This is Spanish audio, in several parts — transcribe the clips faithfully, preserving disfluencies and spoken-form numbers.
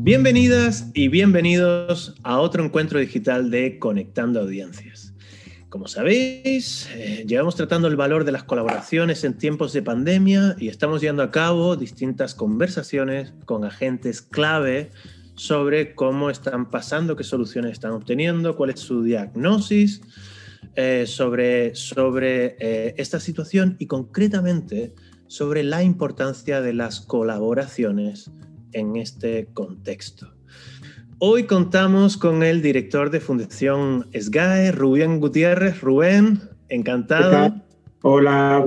Bienvenidas y bienvenidos a otro encuentro digital de Conectando Audiencias. Como sabéis, eh, llevamos tratando el valor de las colaboraciones en tiempos de pandemia y estamos llevando a cabo distintas conversaciones con agentes clave sobre cómo están pasando, qué soluciones están obteniendo, cuál es su diagnosis eh, sobre, sobre eh, esta situación y concretamente sobre la importancia de las colaboraciones en este contexto. Hoy contamos con el director de Fundación SGAE, Rubén Gutiérrez. Rubén, encantado. Hola.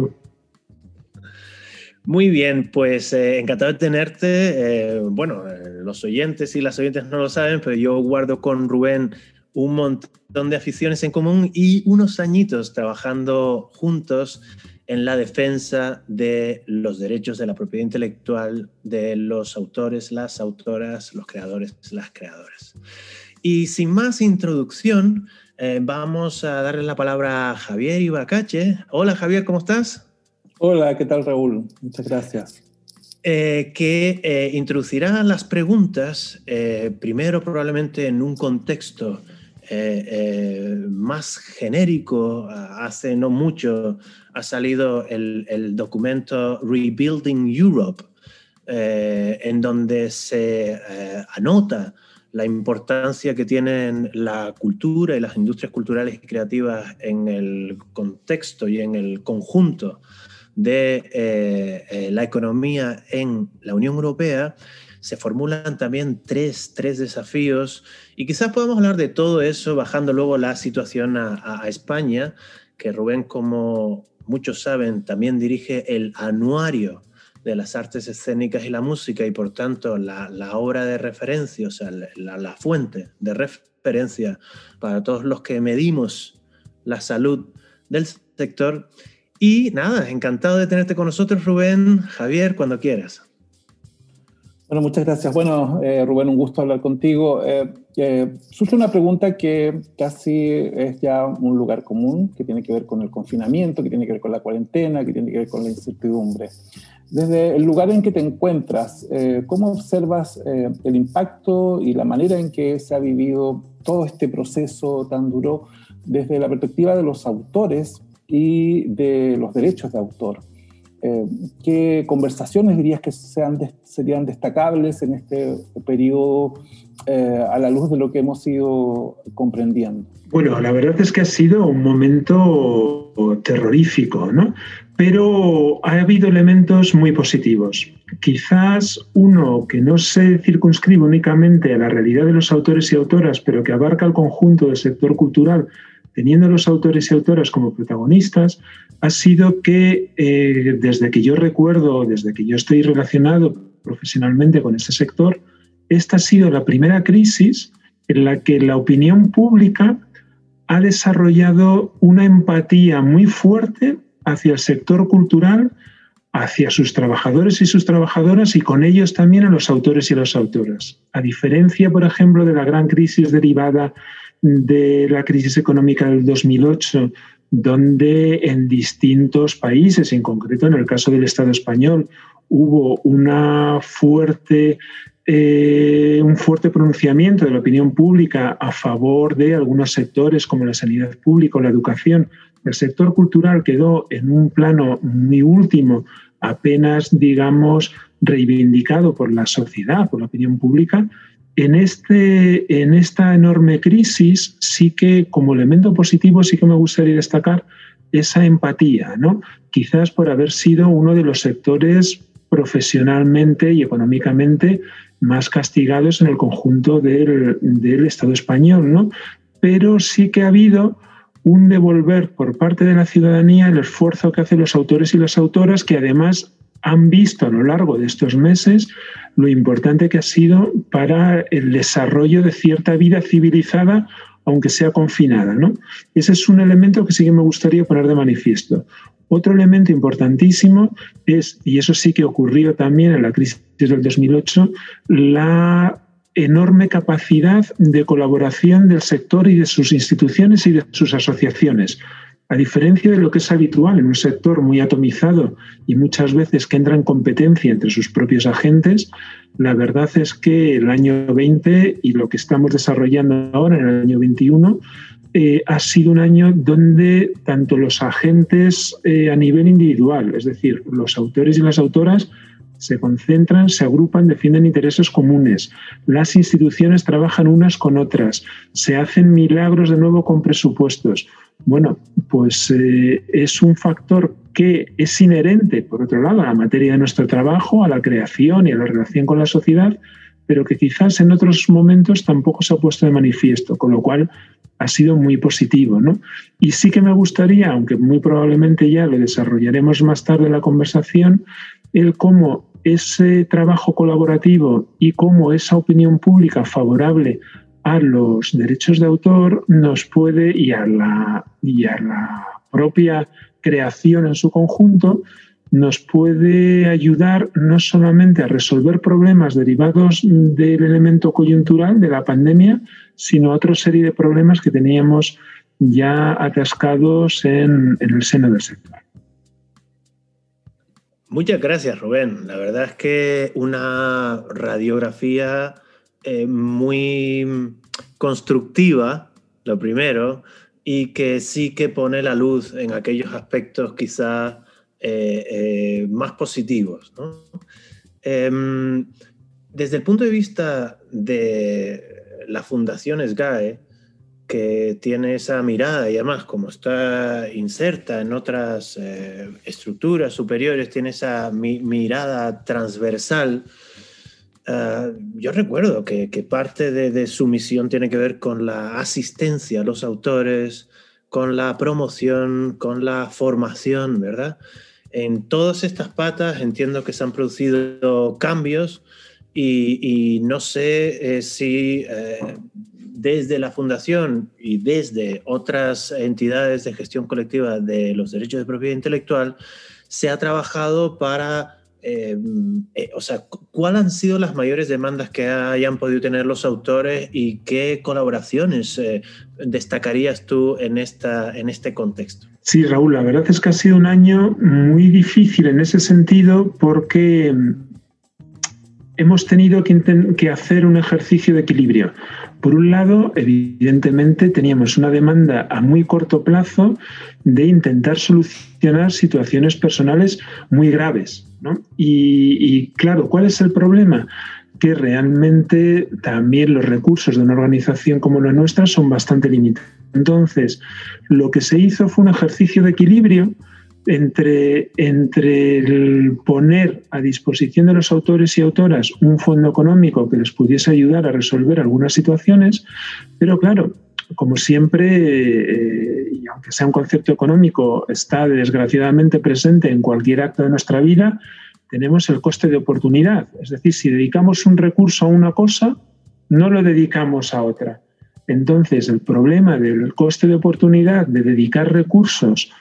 Muy bien, pues eh, encantado de tenerte. Eh, bueno, eh, los oyentes y las oyentes no lo saben, pero yo guardo con Rubén un montón de aficiones en común y unos añitos trabajando juntos en la defensa de los derechos de la propiedad intelectual de los autores, las autoras, los creadores, las creadoras. Y sin más introducción, eh, vamos a darle la palabra a Javier Ibacache. Hola Javier, ¿cómo estás? Hola, ¿qué tal Raúl? Muchas gracias. Eh, que eh, introducirá las preguntas, eh, primero probablemente en un contexto eh, eh, más genérico. Hace no mucho ha salido el, el documento Rebuilding Europe, eh, en donde se eh, anota la importancia que tienen la cultura y las industrias culturales y creativas en el contexto y en el conjunto de eh, eh, la economía en la Unión Europea. Se formulan también tres, tres desafíos y quizás podamos hablar de todo eso bajando luego la situación a, a, a España, que Rubén, como muchos saben, también dirige el Anuario de las Artes Escénicas y la Música y por tanto la, la obra de referencia, o sea, la, la fuente de referencia para todos los que medimos la salud del sector. Y nada, encantado de tenerte con nosotros, Rubén. Javier, cuando quieras. Bueno, muchas gracias. Bueno, eh, Rubén, un gusto hablar contigo. Eh, eh, surge una pregunta que casi es ya un lugar común, que tiene que ver con el confinamiento, que tiene que ver con la cuarentena, que tiene que ver con la incertidumbre. Desde el lugar en que te encuentras, eh, ¿cómo observas eh, el impacto y la manera en que se ha vivido todo este proceso tan duro desde la perspectiva de los autores y de los derechos de autor? Eh, ¿Qué conversaciones dirías que sean de, serían destacables en este periodo eh, a la luz de lo que hemos ido comprendiendo? Bueno, la verdad es que ha sido un momento terrorífico, ¿no? Pero ha habido elementos muy positivos. Quizás uno que no se circunscribe únicamente a la realidad de los autores y autoras, pero que abarca el conjunto del sector cultural, teniendo a los autores y autoras como protagonistas, ha sido que eh, desde que yo recuerdo, desde que yo estoy relacionado profesionalmente con este sector, esta ha sido la primera crisis en la que la opinión pública ha desarrollado una empatía muy fuerte hacia el sector cultural, hacia sus trabajadores y sus trabajadoras y con ellos también a los autores y las autoras. A diferencia, por ejemplo, de la gran crisis derivada de la crisis económica del dos mil ocho, donde en distintos países, en concreto en el caso del Estado español, hubo una fuerte, eh, un fuerte pronunciamiento de la opinión pública a favor de algunos sectores como la sanidad pública o la educación. El sector cultural quedó en un plano muy último, apenas, digamos, reivindicado por la sociedad, por la opinión pública. En, este, en esta enorme crisis sí que como elemento positivo sí que me gustaría destacar esa empatía, ¿no? Quizás por haber sido uno de los sectores profesionalmente y económicamente más castigados en el conjunto del, del Estado español, ¿no? Pero sí que ha habido un devolver por parte de la ciudadanía el esfuerzo que hacen los autores y las autoras, que además han visto a lo largo de estos meses lo importante que ha sido para el desarrollo de cierta vida civilizada, aunque sea confinada, ¿no? Ese es un elemento que sí que me gustaría poner de manifiesto. Otro elemento importantísimo es, y eso sí que ocurrió también en la crisis del dos mil ocho, la enorme capacidad de colaboración del sector y de sus instituciones y de sus asociaciones. A diferencia de lo que es habitual en un sector muy atomizado y muchas veces que entra en competencia entre sus propios agentes, La verdad es que el año veinte y lo que estamos desarrollando ahora en el año veintiuno eh, ha sido un año donde tanto los agentes eh, a nivel individual, es decir, los autores y las autoras, se concentran, se agrupan, defienden intereses comunes. Las instituciones trabajan unas con otras, se hacen milagros de nuevo con presupuestos. Bueno, pues eh, es un factor que es inherente, por otro lado, a la materia de nuestro trabajo, a la creación y a la relación con la sociedad, pero que quizás en otros momentos tampoco se ha puesto de manifiesto, con lo cual ha sido muy positivo, ¿no? Y sí que me gustaría, aunque muy probablemente ya lo desarrollaremos más tarde en la conversación, el cómo ese trabajo colaborativo y cómo esa opinión pública favorable a los derechos de autor nos puede, y a la, y a la propia creación en su conjunto, nos puede ayudar no solamente a resolver problemas derivados del elemento coyuntural de la pandemia, sino a otra serie de problemas que teníamos ya atascados en, en el seno del sector. Muchas gracias, Rubén. La verdad es que una radiografía eh, muy constructiva, lo primero, y que sí que pone la luz en aquellos aspectos quizás eh, eh, más positivos, ¿no? Eh, desde el punto de vista de la Fundación SGAE, que tiene esa mirada y además como está inserta en otras eh, estructuras superiores, tiene esa mi, mirada transversal. Uh, yo recuerdo que, que parte de, de su misión tiene que ver con la asistencia a los autores, con la promoción, con la formación, ¿verdad? En todas estas patas entiendo que se han producido cambios y, y no sé eh, si... Eh, desde la Fundación y desde otras entidades de gestión colectiva de los derechos de propiedad intelectual, se ha trabajado para, eh, eh, o sea, ¿cuáles han sido las mayores demandas que hayan podido tener los autores y qué colaboraciones eh, destacarías tú en, esta, en este contexto? Sí, Raúl, la verdad es que ha sido un año muy difícil en ese sentido porque hemos tenido que, que hacer un ejercicio de equilibrio. Por un lado, evidentemente, teníamos una demanda a muy corto plazo de intentar solucionar situaciones personales muy graves, ¿no? Y, y claro, ¿cuál es el problema? Que realmente también los recursos de una organización como la nuestra son bastante limitados. Entonces, lo que se hizo fue un ejercicio de equilibrio entre, entre el poner a disposición de los autores y autoras un fondo económico que les pudiese ayudar a resolver algunas situaciones, pero claro, como siempre, eh, y aunque sea un concepto económico, está desgraciadamente presente en cualquier acto de nuestra vida, tenemos el coste de oportunidad. Es decir, si dedicamos un recurso a una cosa, no lo dedicamos a otra. Entonces, el problema del coste de oportunidad de dedicar recursos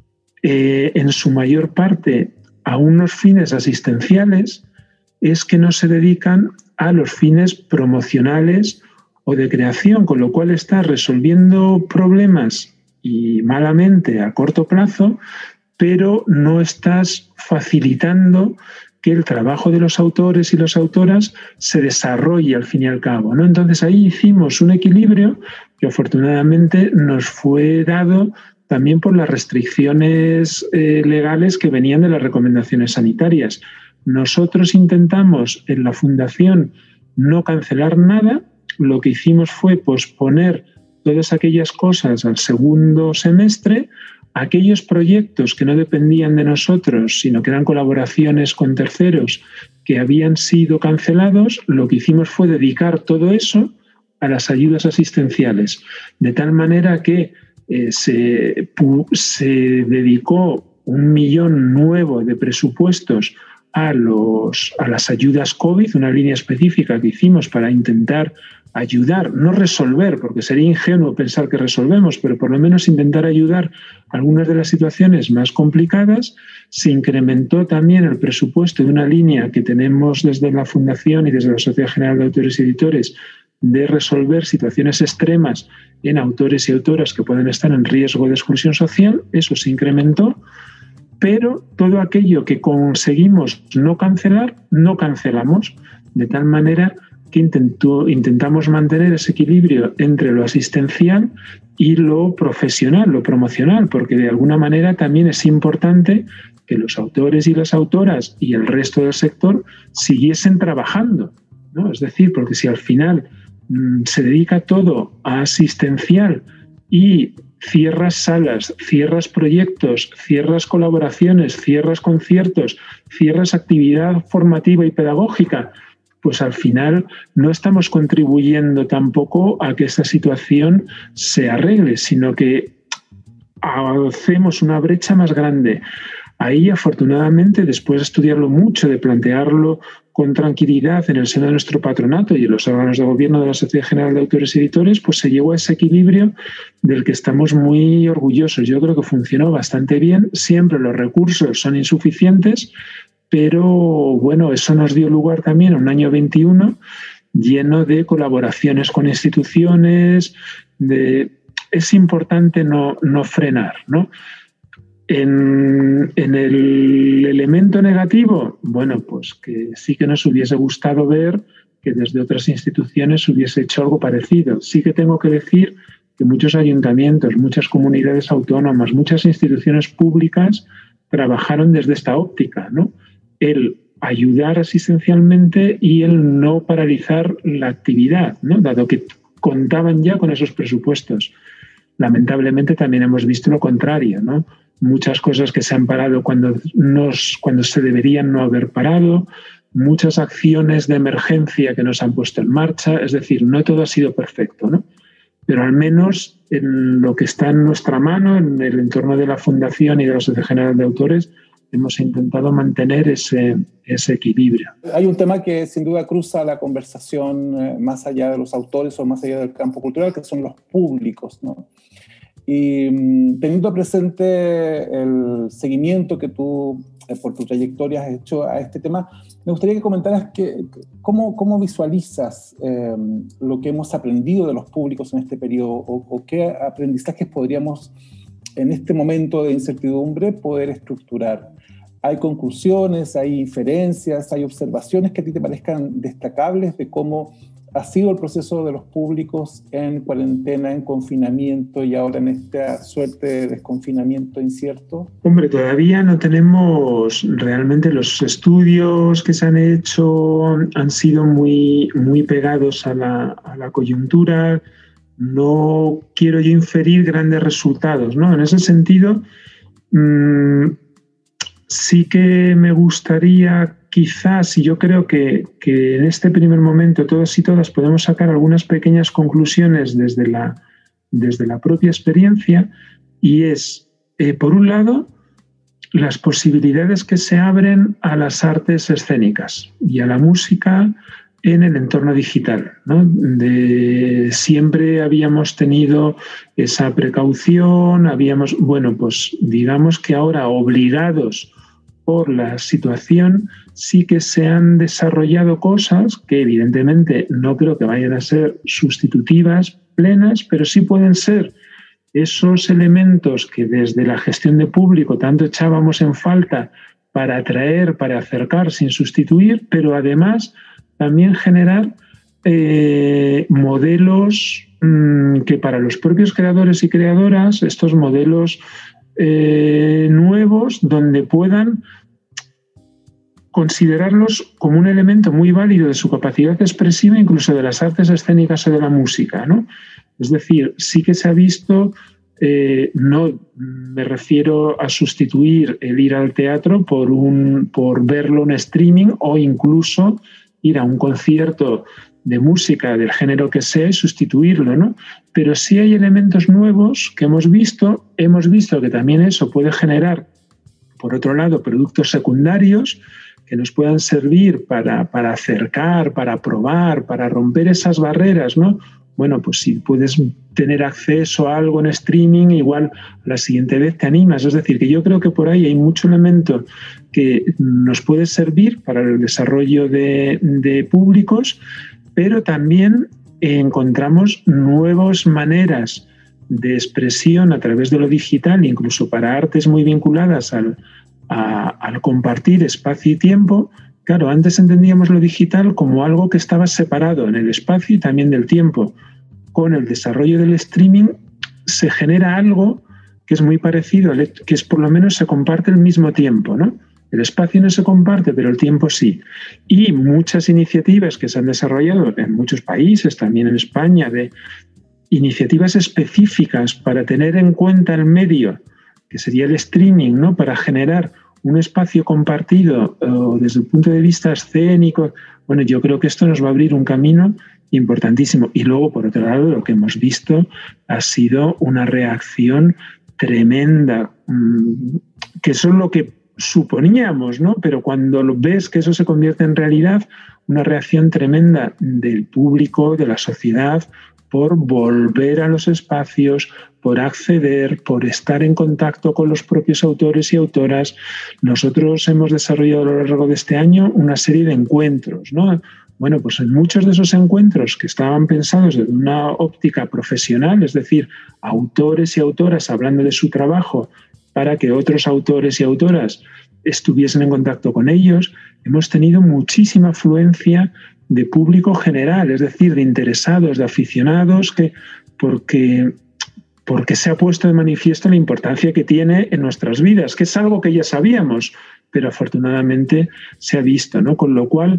Eh, en su mayor parte a unos fines asistenciales es que no se dedican a los fines promocionales o de creación, con lo cual está resolviendo problemas y malamente a corto plazo, pero no estás facilitando que el trabajo de los autores y las autoras se desarrolle al fin y al cabo, ¿no? Entonces ahí hicimos un equilibrio que afortunadamente nos fue dado también por las restricciones eh, legales que venían de las recomendaciones sanitarias. Nosotros intentamos en la Fundación no cancelar nada, lo que hicimos fue posponer todas aquellas cosas al segundo semestre, aquellos proyectos que no dependían de nosotros, sino que eran colaboraciones con terceros que habían sido cancelados, lo que hicimos fue dedicar todo eso a las ayudas asistenciales, de tal manera que Eh, se, se dedicó un millón nuevo de presupuestos a, los, a las ayudas COVID, una línea específica que hicimos para intentar ayudar, no resolver, porque sería ingenuo pensar que resolvemos, pero por lo menos intentar ayudar a algunas de las situaciones más complicadas. Se incrementó también el presupuesto de una línea que tenemos desde la Fundación y desde la Sociedad General de Autores y Editores de resolver situaciones extremas en autores y autoras que pueden estar en riesgo de exclusión social. Eso se incrementó, pero todo aquello que conseguimos no cancelar, no cancelamos. de tal manera que intentó, intentamos mantener ese equilibrio entre lo asistencial y lo profesional, lo promocional, porque de alguna manera también es importante que los autores y las autoras y el resto del sector siguiesen trabajando, ¿no? Es decir, porque si al final mmm, se dedica todo a asistencial y cierras salas, cierras proyectos, cierras colaboraciones, cierras conciertos, cierras actividad formativa y pedagógica, pues al final no estamos contribuyendo tampoco a que esta situación se arregle, sino que hacemos una brecha más grande. Ahí, afortunadamente, después de estudiarlo mucho, de plantearlo con tranquilidad en el seno de nuestro patronato y en los órganos de gobierno de la Sociedad General de Autores y Editores, pues se llegó a ese equilibrio del que estamos muy orgullosos. Yo creo que funcionó bastante bien. Siempre los recursos son insuficientes, pero bueno, eso nos dio lugar también a un año veintiuno lleno de colaboraciones con instituciones. De... Es importante no, no frenar, ¿no? En, en el elemento negativo, bueno, pues que sí que nos hubiese gustado ver que desde otras instituciones hubiese hecho algo parecido. Sí que tengo que decir que muchos ayuntamientos, muchas comunidades autónomas, muchas instituciones públicas trabajaron desde esta óptica, ¿no? El ayudar asistencialmente y el no paralizar la actividad, ¿no? Dado que contaban ya con esos presupuestos. Lamentablemente también hemos visto lo contrario, ¿no? Muchas cosas que se han parado cuando, nos, cuando se deberían no haber parado, muchas acciones de emergencia que nos han puesto en marcha, es decir, no todo ha sido perfecto, ¿no? Pero al menos en lo que está en nuestra mano, en el entorno de la Fundación y de la Sociedad General de Autores, hemos intentado mantener ese, ese equilibrio. Hay un tema que sin duda cruza la conversación eh, más allá de los autores o más allá del campo cultural, que son los públicos, ¿no? Y mm, teniendo presente el seguimiento que tú, eh, por tu trayectoria, has hecho a este tema, me gustaría que comentaras que, cómo, cómo visualizas eh, lo que hemos aprendido de los públicos en este periodo o, o qué aprendizajes podríamos, en este momento de incertidumbre, poder estructurar. ¿Hay conclusiones, hay inferencias, hay observaciones que a ti te parezcan destacables de cómo ha sido el proceso de los públicos en cuarentena, en confinamiento y ahora en esta suerte de desconfinamiento incierto? Hombre, todavía no tenemos realmente los estudios que se han hecho, han sido muy, muy pegados a la, a la coyuntura. No quiero yo inferir grandes resultados, ¿no? En ese sentido, mmm, sí que me gustaría, quizás, y yo creo que, que en este primer momento todos y todas podemos sacar algunas pequeñas conclusiones desde la, desde la propia experiencia, y es, eh, por un lado, las posibilidades que se abren a las artes escénicas y a la música en el entorno digital, ¿no? De, siempre habíamos tenido esa precaución, habíamos, bueno, pues digamos que ahora obligados por la situación sí que se han desarrollado cosas que evidentemente no creo que vayan a ser sustitutivas, plenas, pero sí pueden ser esos elementos que desde la gestión de público tanto echábamos en falta para atraer, para acercar sin sustituir, pero además también generar eh, modelos mmm, que para los propios creadores y creadoras, estos modelos eh, nuevos, donde puedan considerarlos como un elemento muy válido de su capacidad expresiva, incluso de las artes escénicas o de la música, ¿no? Es decir, sí que se ha visto, eh, no me refiero a sustituir el ir al teatro por, un, por verlo en streaming o incluso ir a un concierto de música del género que sea y sustituirlo, ¿no? Pero sí hay elementos nuevos que hemos visto, hemos visto que también eso puede generar, por otro lado, productos secundarios que nos puedan servir para, para acercar, para probar, para romper esas barreras, ¿no? Bueno, pues si puedes tener acceso a algo en streaming, igual la siguiente vez te animas. Es decir, que yo creo que por ahí hay mucho elemento que nos puede servir para el desarrollo de, de públicos, pero también encontramos nuevas maneras de expresión a través de lo digital, incluso para artes muy vinculadas al, a, al compartir espacio y tiempo, Claro, antes entendíamos lo digital como algo que estaba separado en el espacio y también del tiempo. Con el desarrollo del streaming se genera algo que es muy parecido, que es por lo menos se comparte el mismo tiempo, ¿no? El espacio no se comparte, pero el tiempo sí. Y muchas iniciativas que se han desarrollado en muchos países, también en España, de iniciativas específicas para tener en cuenta el medio, que sería el streaming, ¿no? Para generar un espacio compartido uh, desde el punto de vista escénico. Bueno, yo creo que esto nos va a abrir un camino importantísimo. Y luego, por otro lado, lo que hemos visto ha sido una reacción tremenda, mmm, que eso es lo que suponíamos, ¿no? Pero cuando lo ves que eso se convierte en realidad, una reacción tremenda del público, de la sociedad, por volver a los espacios, por acceder, por estar en contacto con los propios autores y autoras. Nosotros hemos desarrollado a lo largo de este año una serie de encuentros, ¿no? Bueno, pues en muchos de esos encuentros que estaban pensados desde una óptica profesional, es decir, autores y autoras hablando de su trabajo para que otros autores y autoras estuviesen en contacto con ellos, hemos tenido muchísima afluencia de público general, es decir, de interesados, de aficionados, que, porque, porque se ha puesto de manifiesto la importancia que tiene en nuestras vidas, que es algo que ya sabíamos, pero afortunadamente se ha visto, ¿no? Con lo cual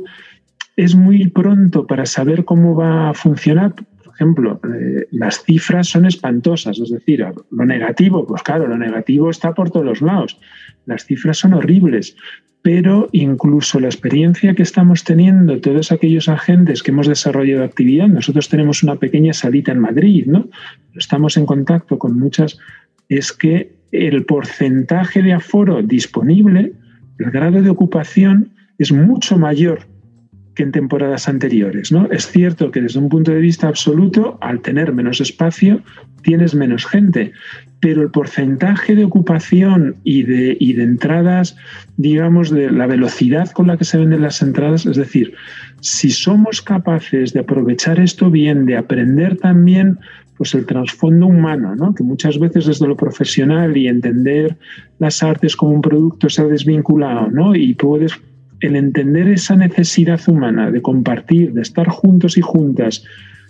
es muy pronto para saber cómo va a funcionar. Por ejemplo, eh, las cifras son espantosas, es decir, lo negativo, pues claro, lo negativo está por todos los lados. Las cifras son horribles, pero incluso la experiencia que estamos teniendo todos aquellos agentes que hemos desarrollado actividad, nosotros tenemos una pequeña salita en Madrid, ¿no? Estamos en contacto con muchas, es que el porcentaje de aforo disponible, el grado de ocupación es mucho mayor que en temporadas anteriores, ¿no? Es cierto que desde un punto de vista absoluto, al tener menos espacio, tienes menos gente, pero el porcentaje de ocupación y de, y de entradas, digamos, de la velocidad con la que se venden las entradas, es decir, si somos capaces de aprovechar esto bien, de aprender también pues el trasfondo humano, ¿no? Que muchas veces desde lo profesional y entender las artes como un producto se ha desvinculado, ¿no? Y puedes el entender esa necesidad humana de compartir, de estar juntos y juntas,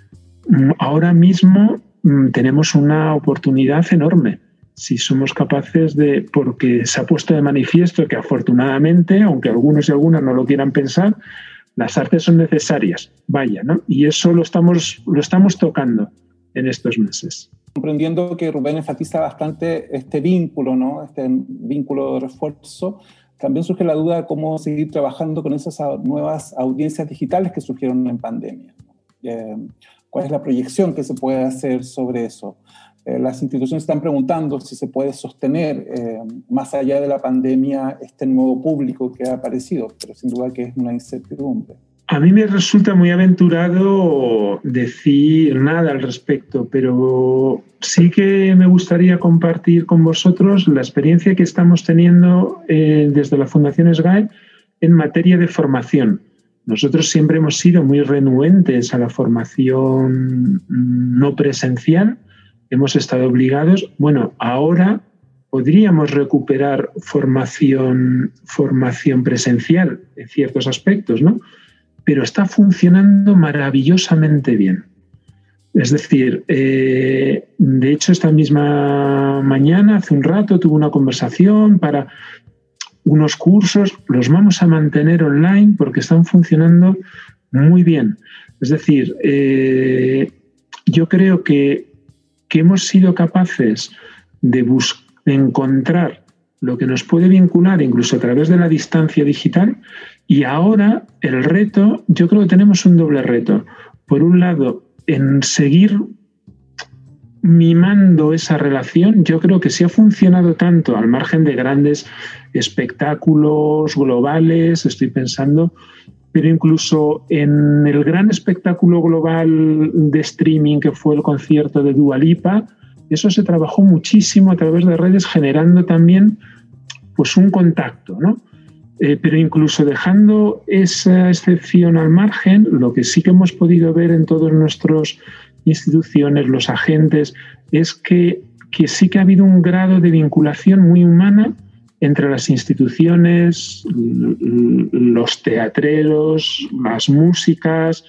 ahora mismo tenemos una oportunidad enorme. Si somos capaces de, porque se ha puesto de manifiesto que afortunadamente, aunque algunos y algunas no lo quieran pensar, las artes son necesarias, vaya, ¿no? Y eso lo estamos, lo estamos tocando en estos meses. Comprendiendo que Rubén enfatiza bastante este vínculo, ¿no? Este vínculo de refuerzo. También surge la duda de cómo seguir trabajando con esas nuevas audiencias digitales que surgieron en pandemia. Eh, ¿Cuál es la proyección que se puede hacer sobre eso? Eh, las instituciones están preguntando si se puede sostener, eh, más allá de la pandemia, este nuevo público que ha aparecido, pero sin duda que es una incertidumbre. A mí me resulta muy aventurado decir nada al respecto, pero sí que me gustaría compartir con vosotros la experiencia que estamos teniendo eh, desde la Fundación SGAE en materia de formación. Nosotros siempre hemos sido muy renuentes a la formación no presencial, hemos estado obligados. Bueno, ahora podríamos recuperar formación, formación presencial en ciertos aspectos, ¿no? Pero está funcionando maravillosamente bien. Es decir, eh, de hecho, esta misma mañana, hace un rato, tuve una conversación para unos cursos, los vamos a mantener online porque están funcionando muy bien. Es decir, eh, yo creo que, que hemos sido capaces de, bus- de encontrar lo que nos puede vincular incluso a través de la distancia digital. Y ahora el reto, yo creo que tenemos un doble reto. Por un lado, en seguir mimando esa relación. Yo creo que sí ha funcionado tanto al margen de grandes espectáculos globales, estoy pensando, pero incluso en el gran espectáculo global de streaming que fue el concierto de Dua Lipa, eso se trabajó muchísimo a través de redes, generando también pues un contacto, ¿no? Eh, pero incluso dejando esa excepción al margen, lo que sí que hemos podido ver en todas nuestras instituciones, los agentes, es que, que sí que ha habido un grado de vinculación muy humana entre las instituciones, los teatreros, las músicas,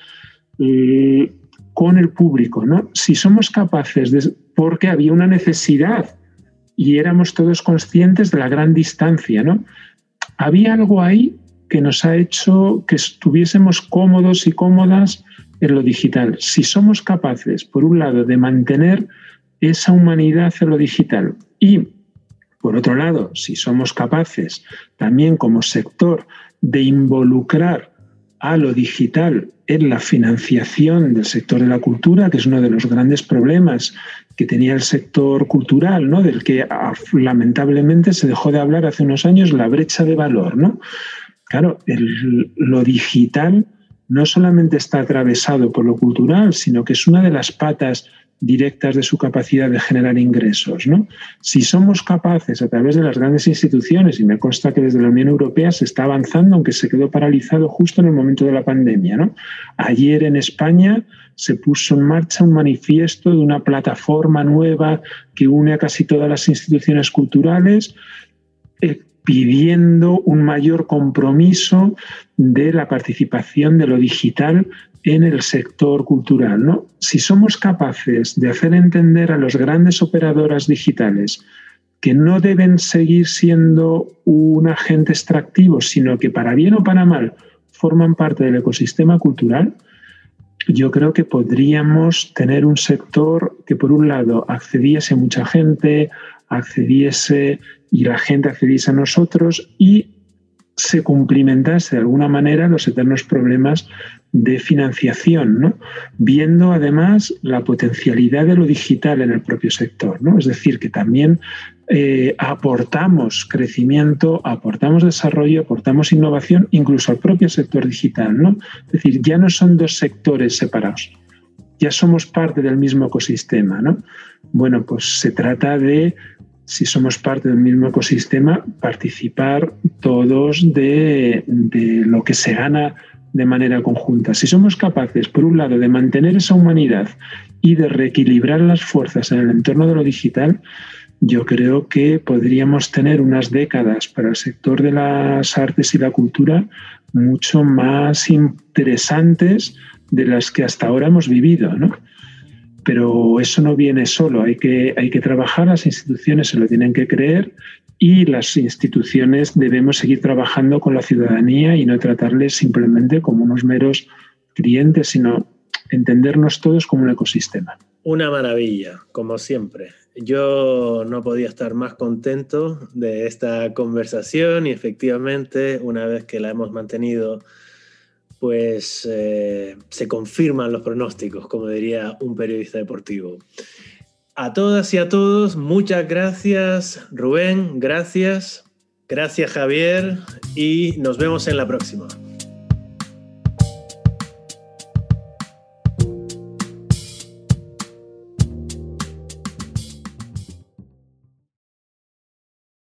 con el público, ¿no? Si somos capaces de... porque había una necesidad y éramos todos conscientes de la gran distancia, ¿no? Había algo ahí que nos ha hecho que estuviésemos cómodos y cómodas en lo digital. Si somos capaces, por un lado, de mantener esa humanidad en lo digital y, por otro lado, si somos capaces también como sector de involucrar a lo digital en la financiación del sector de la cultura, que es uno de los grandes problemas que tenía el sector cultural, ¿no? Del que lamentablemente se dejó de hablar hace unos años, la brecha de valor, ¿no? Claro, el, lo digital no solamente está atravesado por lo cultural, sino que es una de las patas directas de su capacidad de generar ingresos, ¿no? Si somos capaces, a través de las grandes instituciones, y me consta que desde la Unión Europea se está avanzando, aunque se quedó paralizado justo en el momento de la pandemia, ¿no? Ayer en España se puso en marcha un manifiesto de una plataforma nueva que une a casi todas las instituciones culturales, eh, pidiendo un mayor compromiso de la participación de lo digital en el sector cultural, ¿no? Si somos capaces de hacer entender a los grandes operadoras digitales que no deben seguir siendo un agente extractivo, sino que para bien o para mal forman parte del ecosistema cultural, yo creo que podríamos tener un sector que, por un lado, accediese a mucha gente, accediese y la gente accediese a nosotros y se cumplimentase de alguna manera los eternos problemas de financiación, ¿no? Viendo además la potencialidad de lo digital en el propio sector, ¿no? Es decir, que también eh, aportamos crecimiento, aportamos desarrollo, aportamos innovación incluso al propio sector digital, ¿no? Es decir, ya no son dos sectores separados, ya somos parte del mismo ecosistema, ¿no? Bueno, pues se trata de, si somos parte del mismo ecosistema, participar todos de, de lo que se gana de manera conjunta. Si somos capaces, por un lado, de mantener esa humanidad y de reequilibrar las fuerzas en el entorno de lo digital, yo creo que podríamos tener unas décadas para el sector de las artes y la cultura mucho más interesantes de las que hasta ahora hemos vivido, ¿no? Pero eso no viene solo, hay que, hay que trabajar, las instituciones se lo tienen que creer y las instituciones debemos seguir trabajando con la ciudadanía y no tratarles simplemente como unos meros clientes, sino entendernos todos como un ecosistema. Una maravilla, como siempre. Yo no podía estar más contento de esta conversación y efectivamente, una vez que la hemos mantenido, pues eh, se confirman los pronósticos, como diría un periodista deportivo. A todas y a todos, muchas gracias, Rubén, gracias, gracias, Javier, y nos vemos en la próxima.